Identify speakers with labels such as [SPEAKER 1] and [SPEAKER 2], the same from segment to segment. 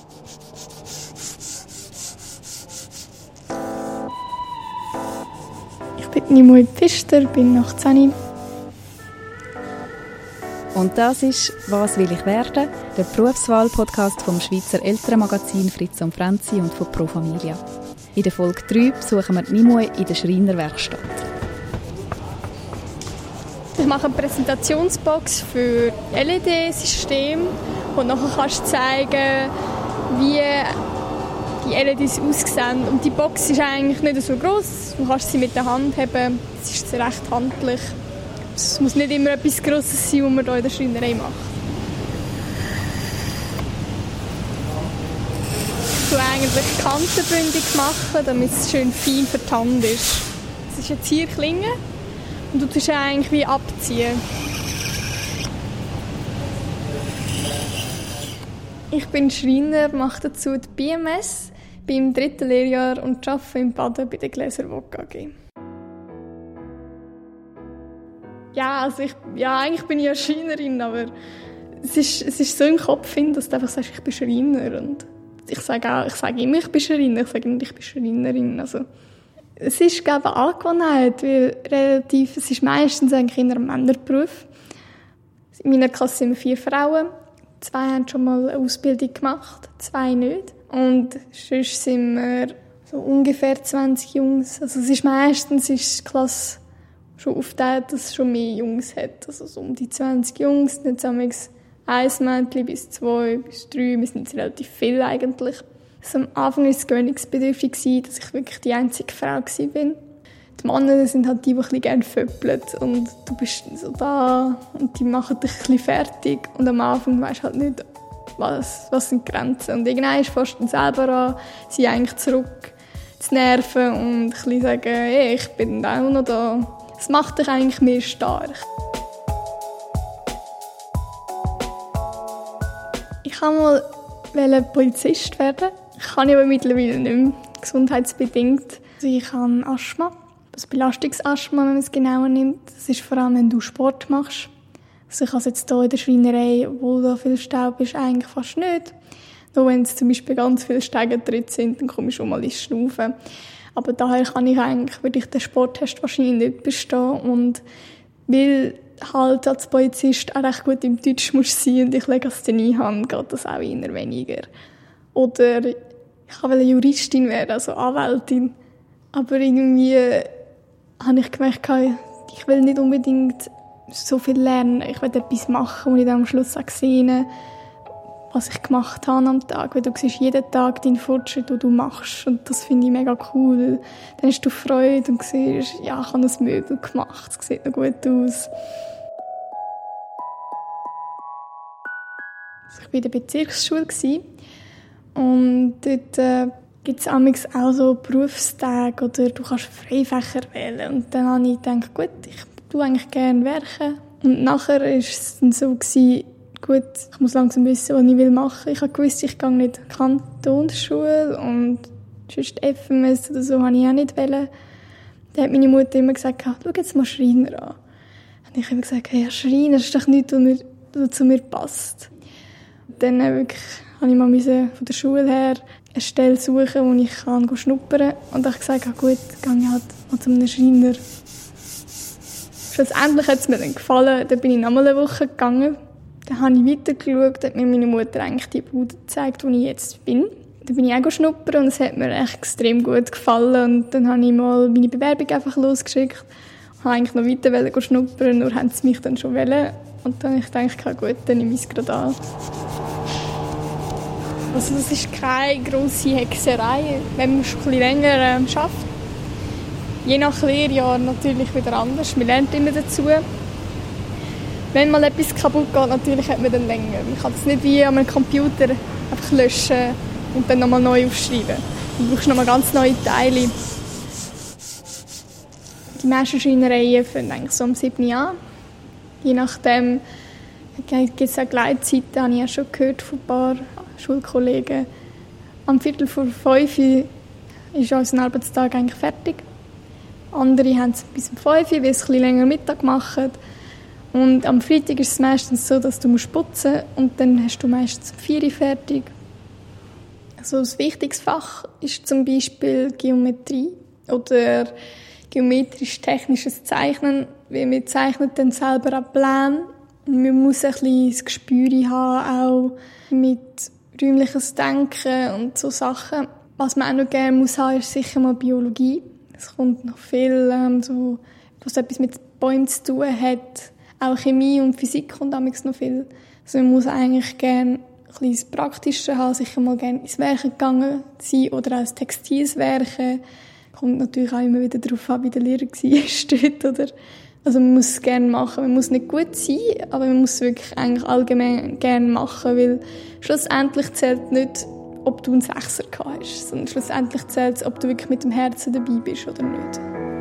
[SPEAKER 1] Ich bin Nimue Pfister, bin 18.
[SPEAKER 2] Und das ist «Was will ich werden?», der Berufswahl-Podcast vom Schweizer Elternmagazin «Fritz und Franzi» und von Pro Familia. In der Folge 3 besuchen wir Nimue in der Schreinerwerkstatt.
[SPEAKER 1] Ich mache eine Präsentationsbox für LED-System und nachher kannst du zeigen, wie die LEDs aussehen. Und die Box ist eigentlich nicht so gross. Du kannst sie mit der Hand haben. Es ist recht handlich. Es muss nicht immer etwas Grosses sein, was man hier in der Schreinerei macht. Ich mache eigentlich kantenbündig machen, damit es schön fein für die Hand ist. Es ist eine Zierklinge und du tust eigentlich wie abziehen. Ich bin Schreiner, mache dazu die BMS, bin im 3. Lehrjahr und arbeite in Baden bei der Gläser Wok AG. Eigentlich bin ich ja Schreinerin, aber es ist so im Kopf, dass du einfach sagst, ich bin Schreiner. Und ich sage immer, ich bin Schreiner, ich sage nicht, ich bin Schreinerin. Also, es ist, glaube ich, eine Angewohnheit, weil es ist meistens eigentlich in einem Männerberuf. In meiner Klasse sind wir 4 Frauen. 2 haben schon mal eine Ausbildung gemacht, 2 nicht. Und sonst sind wir so ungefähr 20 Jungs. Also es ist meistens die Klasse schon aufgeteilt, dass es schon mehr Jungs hat. Also so um die 20 Jungs, nicht zusammen 1 Mädchen bis 2, bis 3. Wir sind jetzt relativ viel eigentlich. Also am Anfang war es gewöhnungsbedürftig, dass ich wirklich die einzige Frau war. Die Männer sind halt die ein bisschen gerne föppeln. Und du bist so da und die machen dich ein bisschen fertig. Und am Anfang weisst du halt nicht, was sind die Grenzen. Und irgendwann fängst du selber an, sie eigentlich zurück zu nerven und ein bisschen sagen, hey, ich bin auch noch da. Das macht dich eigentlich mehr stark. Ich wollte mal Polizist werden. Ich kann aber mittlerweile nicht mehr, gesundheitsbedingt. Also ich habe Asthma, das Belastungsasthma, wenn man es genauer nimmt. Das ist vor allem, wenn du Sport machst. Also ich habe es jetzt hier in der Schreinerei, obwohl da viel Staub ist, eigentlich fast nicht. Nur wenn es zum Beispiel ganz viele Steigentritte sind, dann komme ich schon mal ins Schnaufen. Aber daher würde ich den Sporttest wahrscheinlich nicht bestehen. Und weil halt als Polizist auch recht gut im Deutsch muss sein und ich Legasthenie habe, geht das auch eher weniger. Oder ich wollte Juristin werden, also Anwältin. Aber irgendwie habe ich gemerkt, ich will nicht unbedingt so viel lernen. Ich will etwas machen, wo ich dann am Schluss auch sehe, was ich gemacht habe am Tag. Weil du siehst jeden Tag deinen Fortschritt, den du machst. Und das finde ich mega cool. Dann hast du Freude und siehst, ja, ich habe ein Möbel gemacht. Es sieht noch gut aus. Also ich war in der Bezirksschule. Und dort gibt es auch so Berufstage oder du kannst Freifächer wählen. Und dann habe ich gedacht, gut, ich tue eigentlich gerne werken. Und nachher war es dann so, gut, ich muss langsam wissen, was ich machen will. Ich habe gewusst, ich gehe nicht in die Kantonsschule und sonst FMS oder so habe ich auch nicht wollen. Dann hat meine Mutter immer gesagt, schau jetzt mal Schreiner an. Und ich habe immer gesagt, ja, Schreiner ist doch nichts, was zu mir passt. Und dann habe ich mal von der Schule her eine Stelle suchen, wo ich schnuppern kann. Und ich habe gesagt, gut, dann gehe ich halt mal zu einem Schreiner. Schlussendlich hat es mir dann gefallen. Dann bin ich nochmal eine Woche gegangen. Dann habe ich weitergeschaut, hat mir meine Mutter eigentlich die Bude gezeigt, wo ich jetzt bin. Dann bin ich auch schnuppern und es hat mir echt extrem gut gefallen. Und dann habe ich mal meine Bewerbung einfach losgeschickt. Ich wollte eigentlich noch weiter schnuppern, nur haben sie mich dann schon wollen. Und dann habe ich gedacht, gut, dann nehme ich es gerade an. Also das ist keine grosse Hexerei, wenn man schon ein bisschen länger arbeitet. Je nach Lehrjahr natürlich wieder anders. Man lernt immer dazu. Wenn mal etwas kaputt geht, natürlich hat man dann länger. Man kann es nicht wie an einem Computer einfach löschen und dann nochmal neu aufschreiben. Du brauchst nochmal ganz neue Teile. Die meisten Schreinereien fangen eigentlich so um 7 Uhr an. Je nachdem gibt es auch Gleitzeiten, habe ich ja schon gehört von ein paar Schulkollegen. Am 4:45 ist unser Arbeitstag eigentlich fertig. Andere haben es bis um 5 Uhr, weil sie ein bisschen länger Mittag machen. Und am Freitag ist es meistens so, dass du putzen musst und dann hast du meistens um 4 Uhr fertig. Also ein wichtiges Fach ist zum Beispiel Geometrie oder geometrisch-technisches Zeichnen, weil wir zeichnen dann selber auch Pläne. Man muss ein bisschen das Gespür haben, auch mit räumliches Denken und so Sachen. Was man auch noch gerne muss haben, ist sicher mal Biologie. Es kommt noch viel, was etwas mit Bäumen zu tun hat. Auch Chemie und Physik kommt damals noch viel. Also man muss eigentlich gerne ein bisschen das Praktische haben, sicher mal gerne ins Werken gegangen sein oder auch ins Textilswerken. Kommt natürlich auch immer wieder darauf an, wie der Lehrer war dort, oder? Also man muss es gerne machen. Man muss nicht gut sein, aber man muss es wirklich eigentlich allgemein gerne machen, weil schlussendlich zählt nicht, ob du einen Sechser gehabt hast, sondern schlussendlich zählt es, ob du wirklich mit dem Herzen dabei bist oder nicht.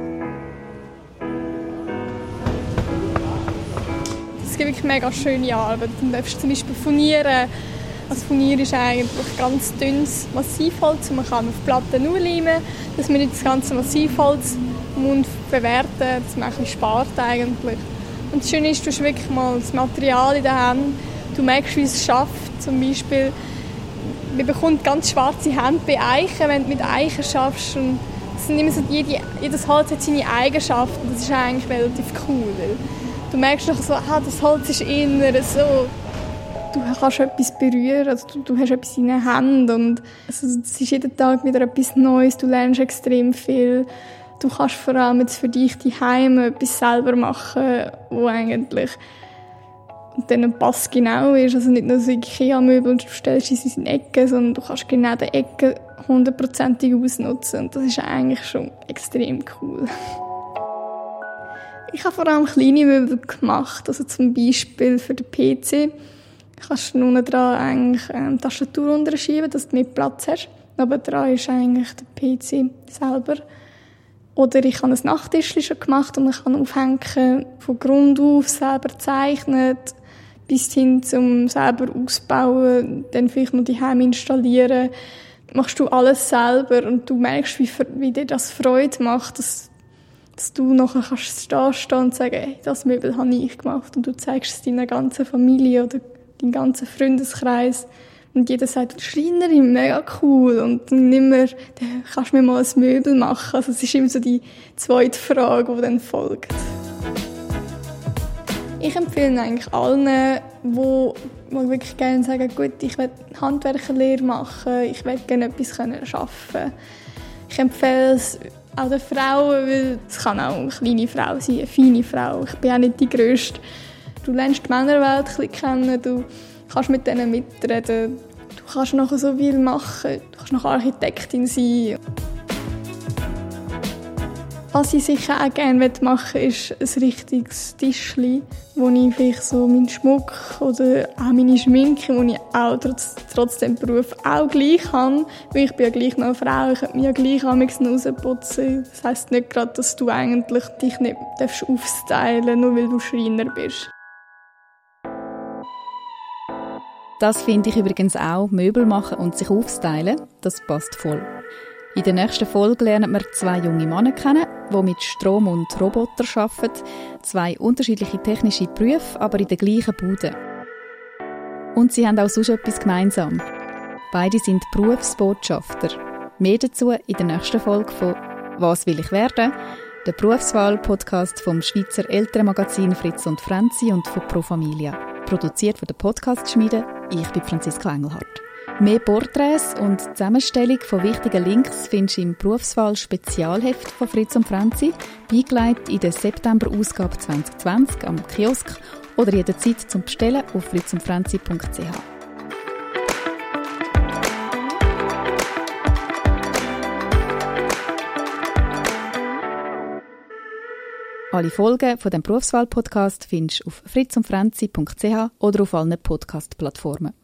[SPEAKER 1] Es gibt wirklich mega schöne Arbeit. Du darfst zum Beispiel funieren. Also Funieren ist eigentlich ganz dünnes Massivholz, das man auf Platten anleimen kann, dass man nicht das ganze Massivholz verwerten muss, dass man ein bisschen spart eigentlich. Und das Schöne ist, du hast wirklich mal das Material in der Hand, du merkst, wie es schafft. Zum Beispiel, man bekommt ganz schwarze Hände bei Eichen, wenn du mit Eichen schaffst. Und es sind immer so, jedes Holz hat seine Eigenschaften, das ist eigentlich relativ cool. Weil du merkst doch so, das Holz ist inner so. Du kannst etwas berühren, also du hast etwas in den Händen und also, es ist jeden Tag wieder etwas Neues, du lernst extrem viel. Du kannst vor allem jetzt für dich die Heime etwas selber machen, wo eigentlich dann passgenau ist. Also nicht nur so IKEA-Möbel und du stellst sie in Ecken, sondern du kannst genau die Ecken 100% ausnutzen und das ist eigentlich schon extrem cool. Ich habe vor allem kleine Möbel gemacht, also zum Beispiel für den PC. Kannst du unten dran eigentlich eine Tastatur unterschieben, dass du mehr Platz hast. Aber dran ist eigentlich der PC selber. Oder ich habe ein Nachttischchen schon gemacht und ich kann aufhängen, von Grund auf selber zeichnen, bis hin zum selber ausbauen, dann vielleicht noch die Heime installieren. Machst du alles selber und du merkst, wie dir das Freude macht, dass du nachher kannst stehen und sagen, hey, das Möbel habe ich gemacht und du zeigst es deiner ganzen Familie oder deinen ganzen Freundeskreis. Und jeder sagt, Schreinerin, mega cool. Und dann nimmer, dann kannst du mir mal ein Möbel machen. Also es ist immer so die zweite Frage, die dann folgt. Ich empfehle eigentlich allen, die wirklich gerne sagen, gut, ich will Handwerkerlehre machen, ich will gerne etwas arbeiten. Ich empfehle es auch den Frauen, weil es kann auch eine kleine Frau sein, eine feine Frau. Ich bin auch nicht die Grösste. Du lernst die Männerwelt ein bisschen kennen, du kannst mit denen mitreden, du kannst nachher so viel machen, du kannst nachher Architektin sein. Was ich sicher auch gerne machen will, ist ein richtiges Tischchen, wo ich vielleicht so meinen Schmuck oder auch meine Schminke, die ich auch trotz dem Beruf auch gleich habe, weil ich bin ja gleich noch eine Frau, ich könnte mich ja gleich rausputzen. Das heisst nicht gerade, dass du eigentlich dich nicht aufstylen darfst, nur weil du Schreiner bist.
[SPEAKER 2] Das finde ich übrigens auch, Möbel machen und sich aufstylen, das passt voll. In der nächsten Folge lernen wir 2 junge Männer kennen, die mit Strom und Robotern arbeiten. 2 unterschiedliche technische Berufe, aber in der gleichen Bude. Und sie haben auch sonst etwas gemeinsam. Beide sind Berufsbotschafter. Mehr dazu in der nächsten Folge von «Was will ich werden?», der Berufswahl-Podcast vom Schweizer Elternmagazin Fritz und Franzi und von Pro Familia. Produziert von der Podcast-Schmiede. Ich bin Franziska Engelhardt. Mehr Porträts und Zusammenstellung von wichtigen Links findest du im Berufswahl-Spezialheft von Fritz und Franzi, beigelegt in der September-Ausgabe 2020 am Kiosk oder jederzeit zum Bestellen auf fritzundfranzi.ch. Alle Folgen von dem Berufswahl-Podcast findest du auf fritzundfranzi.ch oder auf allen Podcast-Plattformen.